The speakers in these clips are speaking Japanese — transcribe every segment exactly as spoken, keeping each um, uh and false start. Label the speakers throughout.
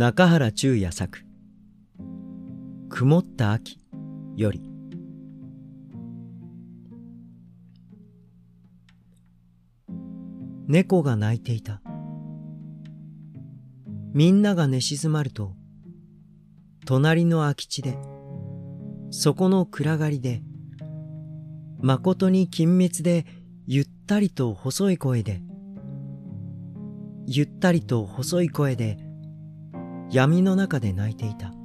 Speaker 1: 中原中也作曇った秋より。猫が鳴いていた。みんなが寝静まると、隣の空き地で、そこの暗がりで、まことに緊密でゆったりと細い声で、ゆったりと細い声で、闇の中で泣いていた。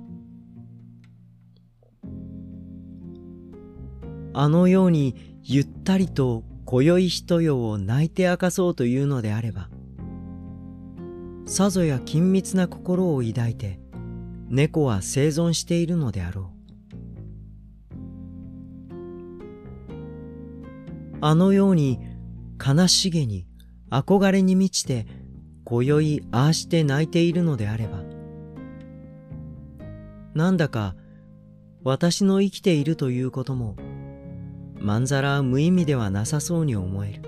Speaker 1: あのようにゆったりと今宵一夜を泣いて明かそうというのであれば、さぞや緊密な心を抱いて猫は生存しているのであろう。あのように悲しげに憧れに満ちて今宵ああして泣いているのであれば、なんだか私の生きているということもまんざら無意味ではなさそうに思える。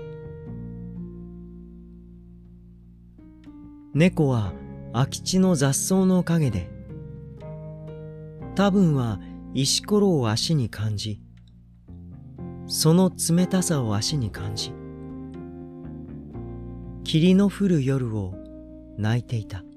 Speaker 1: 猫は空き地の雑草の陰で、多分は石ころを足に感じ、その冷たさを足に感じ、霧の降る夜を泣いていた。